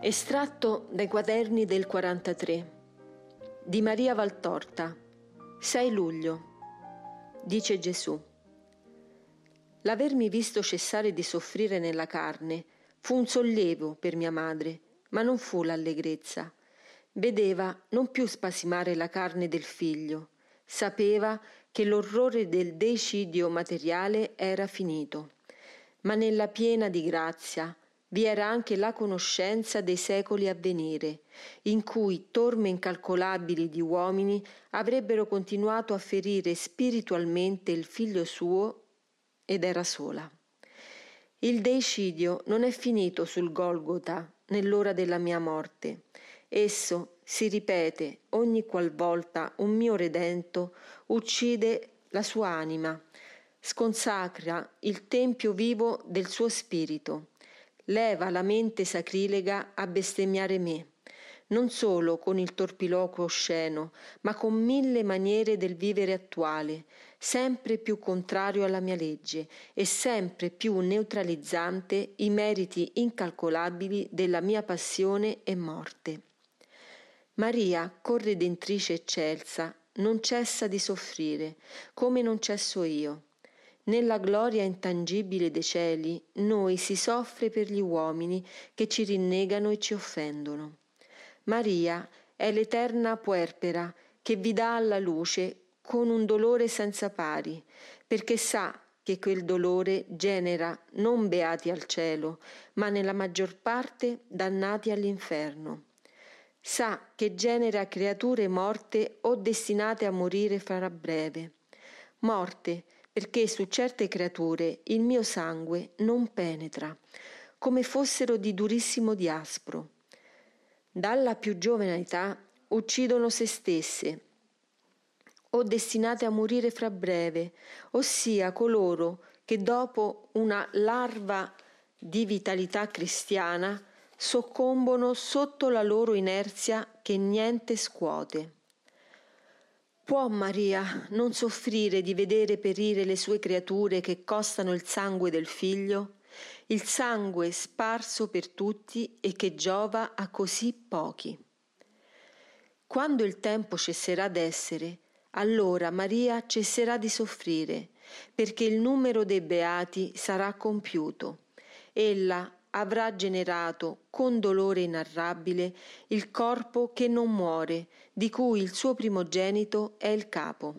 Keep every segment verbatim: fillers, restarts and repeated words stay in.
Estratto dai quaderni del quarantatré di Maria Valtorta. sei luglio. Dice Gesù: l'avermi visto cessare di soffrire nella carne fu un sollievo per mia madre, ma non fu l'allegrezza. Vedeva non più spasimare la carne del figlio, sapeva che l'orrore del deicidio materiale era finito, ma nella piena di grazia vi era anche la conoscenza dei secoli a venire, in cui torme incalcolabili di uomini avrebbero continuato a ferire spiritualmente il figlio suo, ed era sola. Il deicidio non è finito sul Golgota nell'ora della mia morte. Esso si ripete ogni qualvolta un mio redento uccide la sua anima, sconsacra il tempio vivo del suo spirito, leva la mente sacrilega a bestemmiare me, non solo con il torpiloquo osceno, ma con mille maniere del vivere attuale, sempre più contrario alla mia legge e sempre più neutralizzante i meriti incalcolabili della mia passione e morte. Maria, corredentrice eccelsa, non cessa di soffrire, come non cesso io. Nella gloria intangibile dei cieli, noi si soffre per gli uomini che ci rinnegano e ci offendono. Maria è l'eterna puerpera che vi dà alla luce con un dolore senza pari, perché sa che quel dolore genera non beati al cielo, ma nella maggior parte dannati all'inferno. Sa che genera creature morte o destinate a morire fra breve. Morte perché su certe creature il mio sangue non penetra, come fossero di durissimo diaspro. Dalla più giovane età uccidono se stesse, o destinate a morire fra breve, ossia coloro che dopo una larva di vitalità cristiana soccombono sotto la loro inerzia che niente scuote. Può Maria non soffrire di vedere perire le sue creature che costano il sangue del figlio, il sangue sparso per tutti e che giova a così pochi? Quando il tempo cesserà d'essere, allora Maria cesserà di soffrire, perché il numero dei beati sarà compiuto. Ella avrà generato con dolore inarrabile il corpo che non muore, di cui il suo primogenito è il capo.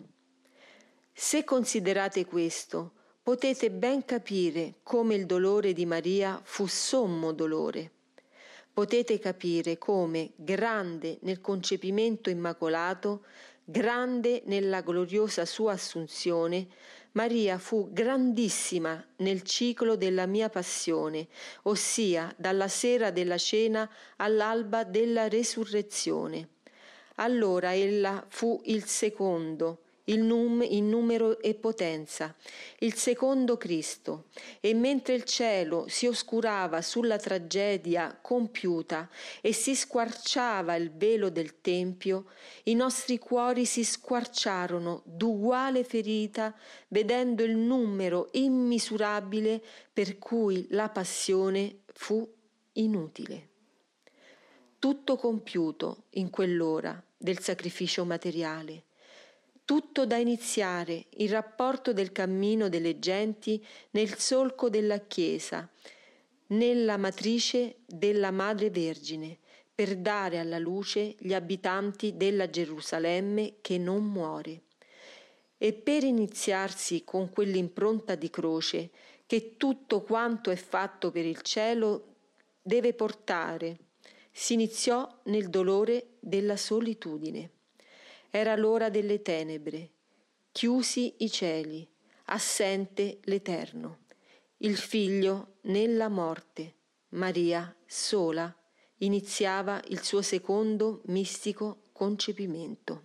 Se considerate questo, potete ben capire come il dolore di Maria fu sommo dolore. Potete capire come, grande nel concepimento immacolato, grande nella gloriosa sua assunzione, Maria fu grandissima nel ciclo della mia passione, ossia dalla sera della cena all'alba della resurrezione. Allora ella fu il secondo, il num- in numero e potenza, il secondo Cristo, e mentre il cielo si oscurava sulla tragedia compiuta e si squarciava il velo del Tempio, i nostri cuori si squarciarono d'uguale ferita, vedendo il numero immisurabile per cui la passione fu inutile. Tutto compiuto in quell'ora del sacrificio materiale, tutto da iniziare il rapporto del cammino delle genti nel solco della Chiesa, nella matrice della Madre Vergine, per dare alla luce gli abitanti della Gerusalemme che non muore. E per iniziarsi con quell'impronta di croce che tutto quanto è fatto per il cielo deve portare, si iniziò nel dolore della solitudine. Era l'ora delle tenebre, chiusi i cieli, assente l'Eterno, il Figlio nella morte, Maria sola iniziava il suo secondo mistico concepimento.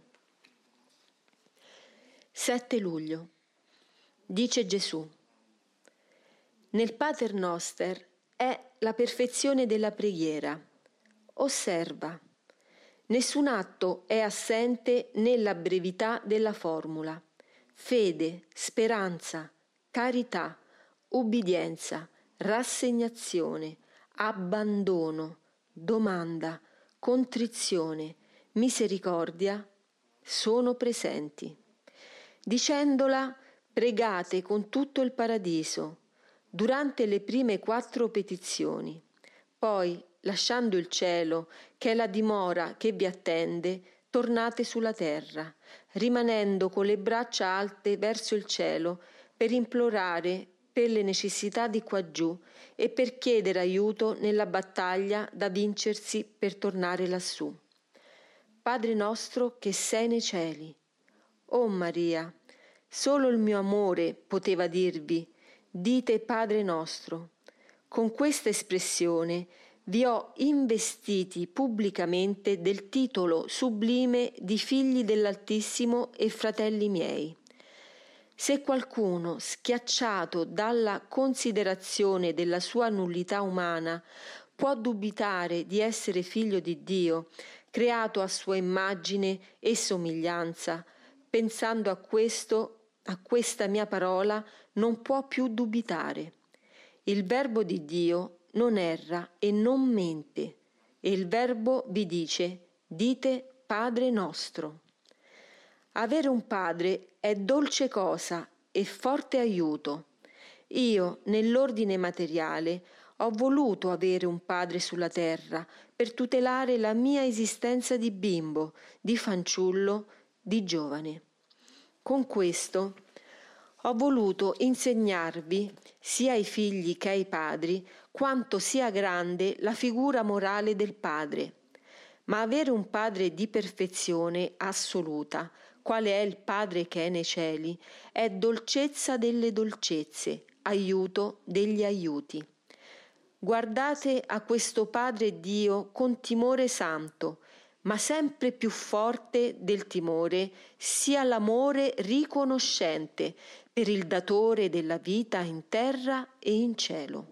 sette luglio. Dice Gesù: nel Pater Noster è la perfezione della preghiera. Osserva. Nessun atto è assente nella brevità della formula. Fede, speranza, carità, ubbidienza, rassegnazione, abbandono, domanda, contrizione, misericordia sono presenti. Dicendola, pregate con tutto il paradiso, durante le prime quattro petizioni. Poi, lasciando il cielo, che è la dimora che vi attende, tornate sulla terra, rimanendo con le braccia alte verso il cielo per implorare per le necessità di quaggiù e per chiedere aiuto nella battaglia da vincersi per tornare lassù. Padre nostro che sei nei cieli. Oh Maria, solo il mio amore poteva dirvi, dite Padre nostro. Con questa espressione vi ho investiti pubblicamente del titolo sublime di figli dell'Altissimo e fratelli miei. Se qualcuno, schiacciato dalla considerazione della sua nullità umana, può dubitare di essere figlio di Dio, creato a sua immagine e somiglianza, pensando a questo, a questa mia parola, non può più dubitare. Il Verbo di Dio non erra e non mente, e il Verbo vi dice, dite Padre nostro. Avere un padre è dolce cosa e forte aiuto. Io, nell'ordine materiale, ho voluto avere un padre sulla terra per tutelare la mia esistenza di bimbo, di fanciullo, di giovane. Con questo ho voluto insegnarvi, sia ai figli che ai padri, quanto sia grande la figura morale del padre. Ma avere un padre di perfezione assoluta, quale è il Padre che è nei cieli, è dolcezza delle dolcezze, aiuto degli aiuti. Guardate a questo Padre Dio con timore santo, ma sempre più forte del timore sia l'amore riconoscente per il datore della vita in terra e in cielo.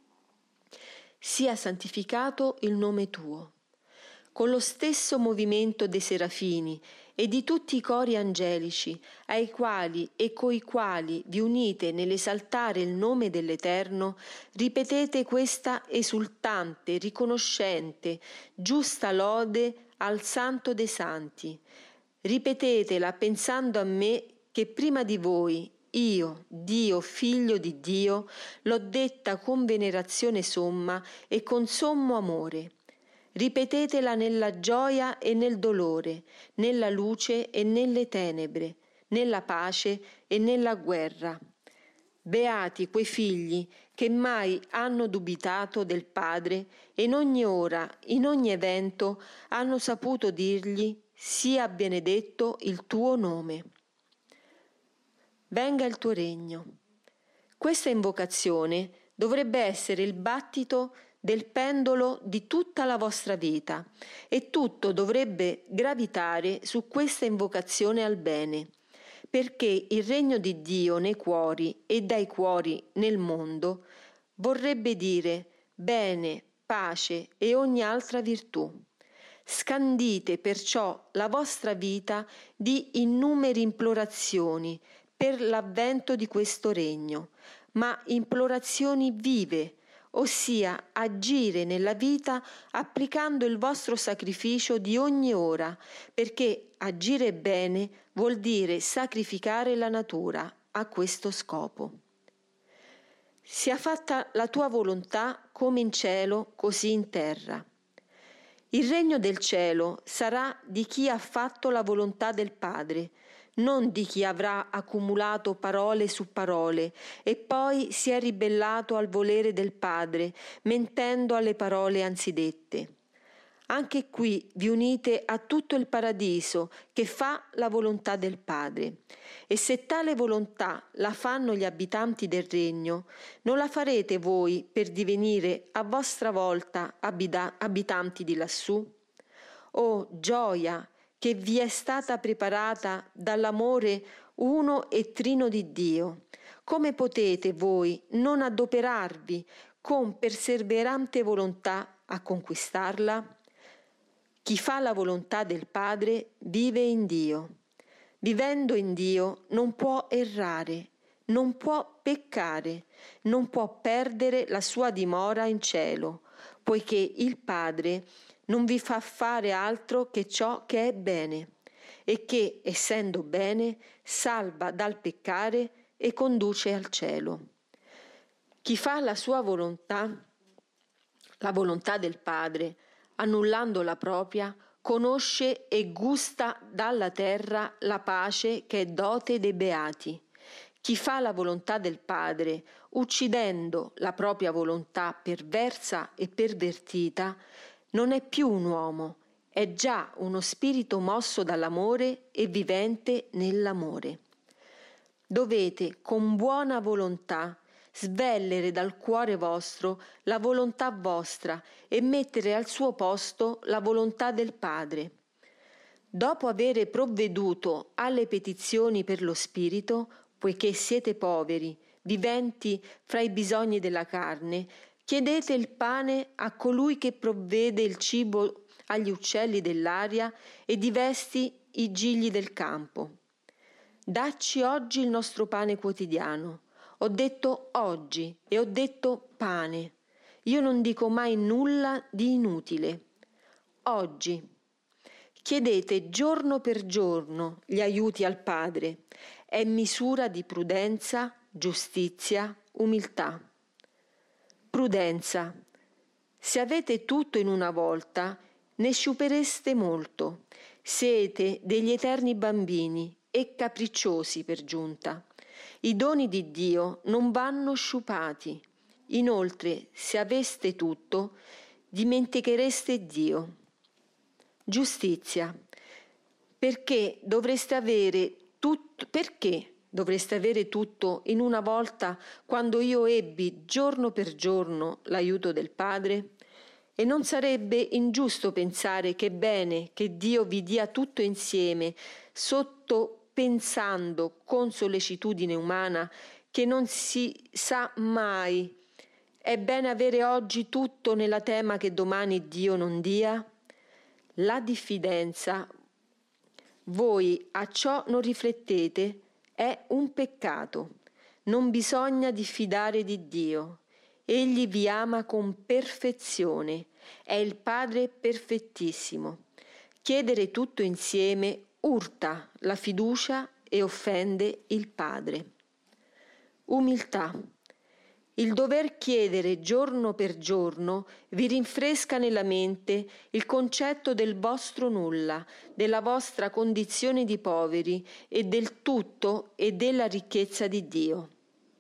Sia santificato il nome tuo. Con lo stesso movimento dei serafini e di tutti i cori angelici, ai quali e coi quali vi unite nell'esaltare il nome dell'Eterno, ripetete questa esultante, riconoscente, giusta lode al Santo dei Santi. Ripetetela pensando a me che prima di voi, io, Dio, figlio di Dio, l'ho detta con venerazione somma e con sommo amore. Ripetetela nella gioia e nel dolore, nella luce e nelle tenebre, nella pace e nella guerra. Beati quei figli che mai hanno dubitato del Padre e in ogni ora, in ogni evento, hanno saputo dirgli: sia benedetto il tuo nome. Venga il tuo regno. Questa invocazione dovrebbe essere il battito del pendolo di tutta la vostra vita e tutto dovrebbe gravitare su questa invocazione al bene, perché il regno di Dio nei cuori e dai cuori nel mondo vorrebbe dire bene, pace e ogni altra virtù. Scandite perciò la vostra vita di innumeri implorazioni per l'avvento di questo regno, ma implorazioni vive, ossia agire nella vita applicando il vostro sacrificio di ogni ora, perché agire bene vuol dire sacrificare la natura a questo scopo. Sia fatta la tua volontà come in cielo, così in terra. Il regno del cielo sarà di chi ha fatto la volontà del Padre, non di chi avrà accumulato parole su parole e poi si è ribellato al volere del Padre, mentendo alle parole anzidette. Anche qui vi unite a tutto il paradiso che fa la volontà del Padre. E se tale volontà la fanno gli abitanti del regno, non la farete voi per divenire a vostra volta abita- abitanti di lassù? Oh gioia che vi è stata preparata dall'amore uno e trino di Dio! Come potete voi non adoperarvi con perseverante volontà a conquistarla? Chi fa la volontà del Padre vive in Dio. Vivendo in Dio non può errare, non può peccare, non può perdere la sua dimora in cielo, poiché il Padre non vi fa fare altro che ciò che è bene, e che, essendo bene, salva dal peccare e conduce al cielo. Chi fa la sua volontà, la volontà del Padre, annullando la propria, conosce e gusta dalla terra la pace che è dote dei beati. Chi fa la volontà del Padre, uccidendo la propria volontà perversa e pervertita, non è più un uomo, è già uno spirito mosso dall'amore e vivente nell'amore. Dovete con buona volontà svellere dal cuore vostro la volontà vostra e mettere al suo posto la volontà del Padre. Dopo avere provveduto alle petizioni per lo spirito, poiché siete poveri, viventi fra i bisogni della carne, chiedete il pane a colui che provvede il cibo agli uccelli dell'aria e divesti i gigli del campo. Dacci oggi il nostro pane quotidiano. Ho detto oggi e ho detto pane. Io non dico mai nulla di inutile. Oggi. Chiedete giorno per giorno gli aiuti al Padre. È misura di prudenza, giustizia, umiltà. Prudenza. Se avete tutto in una volta, ne sciupereste molto. Siete degli eterni bambini e capricciosi per giunta. I doni di Dio non vanno sciupati. Inoltre, se aveste tutto, dimentichereste Dio. Giustizia. Perché dovreste avere tutto, perché dovreste avere tutto in una volta quando io ebbi giorno per giorno l'aiuto del Padre? E non sarebbe ingiusto pensare che è bene che Dio vi dia tutto insieme, sotto pensando con sollecitudine umana che non si sa mai. È bene avere oggi tutto nella tema che domani Dio non dia? La diffidenza, voi a ciò non riflettete, è un peccato. Non bisogna diffidare di Dio. Egli vi ama con perfezione, è il Padre perfettissimo. Chiedere tutto insieme urta la fiducia e offende il Padre. Umiltà. Il dover chiedere giorno per giorno vi rinfresca nella mente il concetto del vostro nulla, della vostra condizione di poveri e del tutto e della ricchezza di Dio.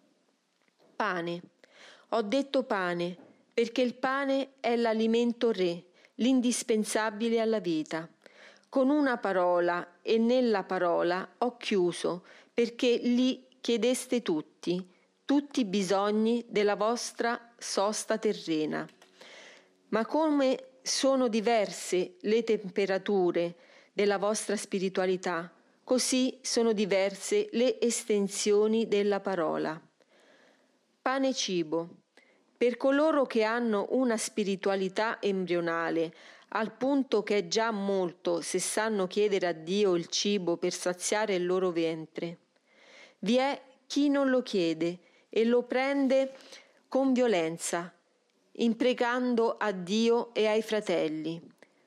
Pane. Ho detto pane, perché il pane è l'alimento re, l'indispensabile alla vita. Con una parola e nella parola ho chiuso, perché lì chiedeste tutti, tutti i bisogni della vostra sosta terrena. Ma come sono diverse le temperature della vostra spiritualità, così sono diverse le estensioni della parola. Pane e cibo. Per coloro che hanno una spiritualità embrionale, al punto che è già molto se sanno chiedere a Dio il cibo per saziare il loro ventre. Vi è chi non lo chiede e lo prende con violenza, imprecando a Dio e ai fratelli.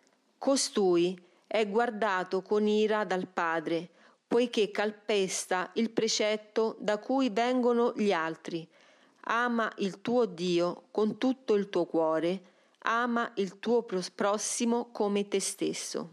Costui è guardato con ira dal Padre, poiché calpesta il precetto da cui vengono gli altri. Ama il tuo Dio con tutto il tuo cuore, ama il tuo prossimo come te stesso.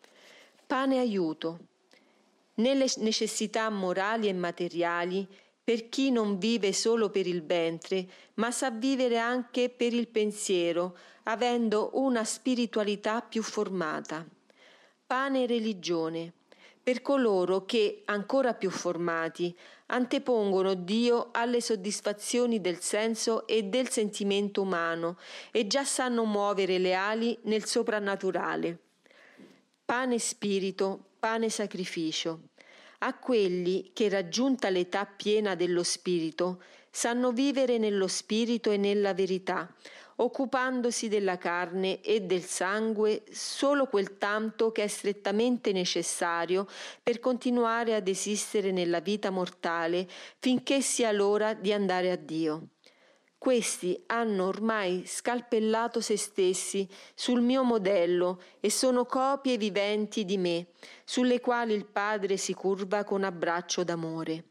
Pane aiuto. Nelle necessità morali e materiali, per chi non vive solo per il ventre, ma sa vivere anche per il pensiero, avendo una spiritualità più formata. Pane e religione. Per coloro che, ancora più formati, antepongono Dio alle soddisfazioni del senso e del sentimento umano e già sanno muovere le ali nel soprannaturale. Pane spirito, pane sacrificio. A quelli che, raggiunta l'età piena dello spirito, sanno vivere nello spirito e nella verità, occupandosi della carne e del sangue solo quel tanto che è strettamente necessario per continuare ad esistere nella vita mortale finché sia l'ora di andare a Dio. Questi hanno ormai scalpellato se stessi sul mio modello e sono copie viventi di me, sulle quali il Padre si curva con abbraccio d'amore.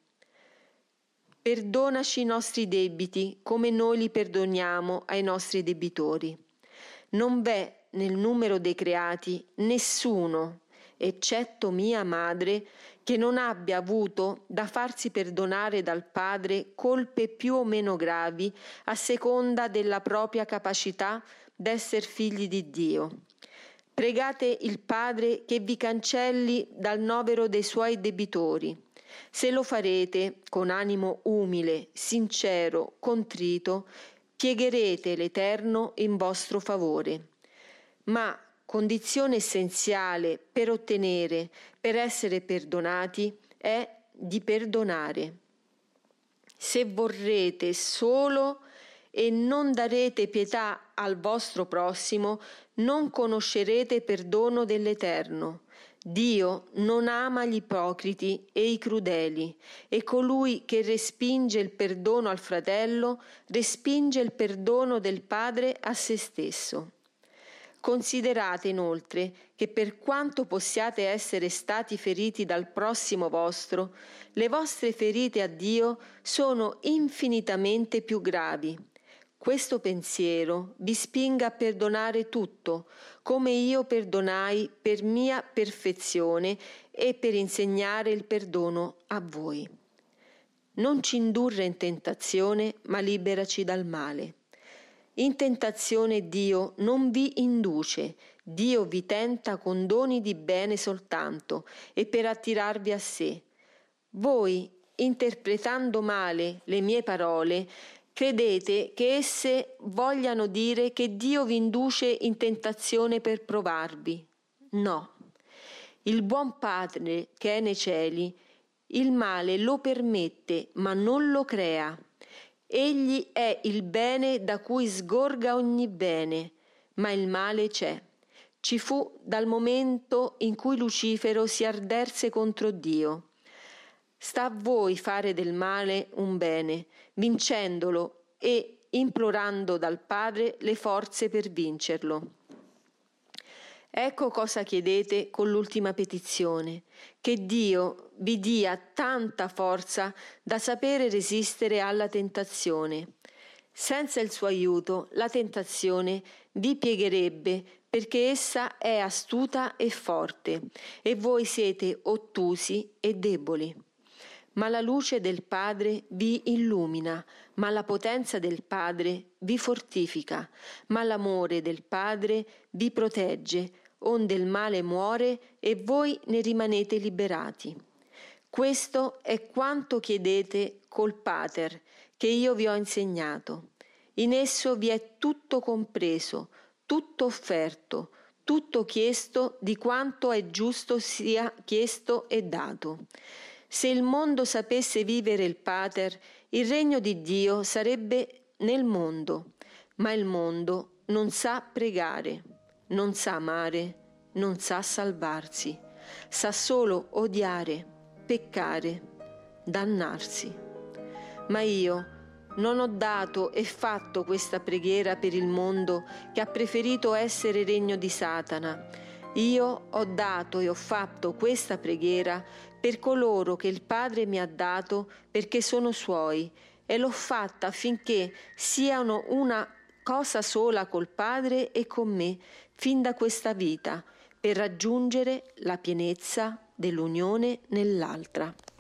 Perdonaci i nostri debiti come noi li perdoniamo ai nostri debitori. Non v'è nel numero dei creati nessuno, eccetto mia madre, che non abbia avuto da farsi perdonare dal Padre colpe più o meno gravi a seconda della propria capacità d'esser figli di Dio. Pregate il Padre che vi cancelli dal novero dei suoi debitori. Se lo farete con animo umile, sincero, contrito, piegherete l'Eterno in vostro favore. Ma condizione essenziale per ottenere, per essere perdonati, è di perdonare. Se vorrete solo e non darete pietà al vostro prossimo, non conoscerete perdono dell'Eterno. Dio non ama gli ipocriti e i crudeli, e colui che respinge il perdono al fratello, respinge il perdono del Padre a se stesso. Considerate inoltre che per quanto possiate essere stati feriti dal prossimo vostro, le vostre ferite a Dio sono infinitamente più gravi. Questo pensiero vi spinga a perdonare tutto, come io perdonai per mia perfezione e per insegnare il perdono a voi. Non ci indurre in tentazione, ma liberaci dal male. In tentazione Dio non vi induce, Dio vi tenta con doni di bene soltanto e per attirarvi a sé. Voi, interpretando male le mie parole, credete che esse vogliano dire che Dio vi induce in tentazione per provarvi. No. Il buon Padre che è nei cieli, il male lo permette, ma non lo crea. Egli è il bene da cui sgorga ogni bene, ma il male c'è. Ci fu dal momento in cui Lucifero si arderse contro Dio. Sta a voi fare del male un bene, vincendolo e implorando dal Padre le forze per vincerlo. Ecco cosa chiedete con l'ultima petizione, che Dio vi dia tanta forza da sapere resistere alla tentazione. Senza il suo aiuto, la tentazione vi piegherebbe perché essa è astuta e forte, e voi siete ottusi e deboli. Ma la luce del Padre vi illumina, ma la potenza del Padre vi fortifica, ma l'amore del Padre vi protegge, onde il male muore e voi ne rimanete liberati. Questo è quanto chiedete col Pater, che io vi ho insegnato. In esso vi è tutto compreso, tutto offerto, tutto chiesto di quanto è giusto sia chiesto e dato. Se il mondo sapesse vivere il Pater, il regno di Dio sarebbe nel mondo, ma il mondo non sa pregare, non sa amare, non sa salvarsi, sa solo odiare, peccare, dannarsi. Ma io non ho dato e fatto questa preghiera per il mondo che ha preferito essere regno di Satana. Io ho dato e ho fatto questa preghiera per coloro che il Padre mi ha dato perché sono suoi, e l'ho fatta affinché siano una cosa sola col Padre e con me fin da questa vita, per raggiungere la pienezza dell'unione nell'altra.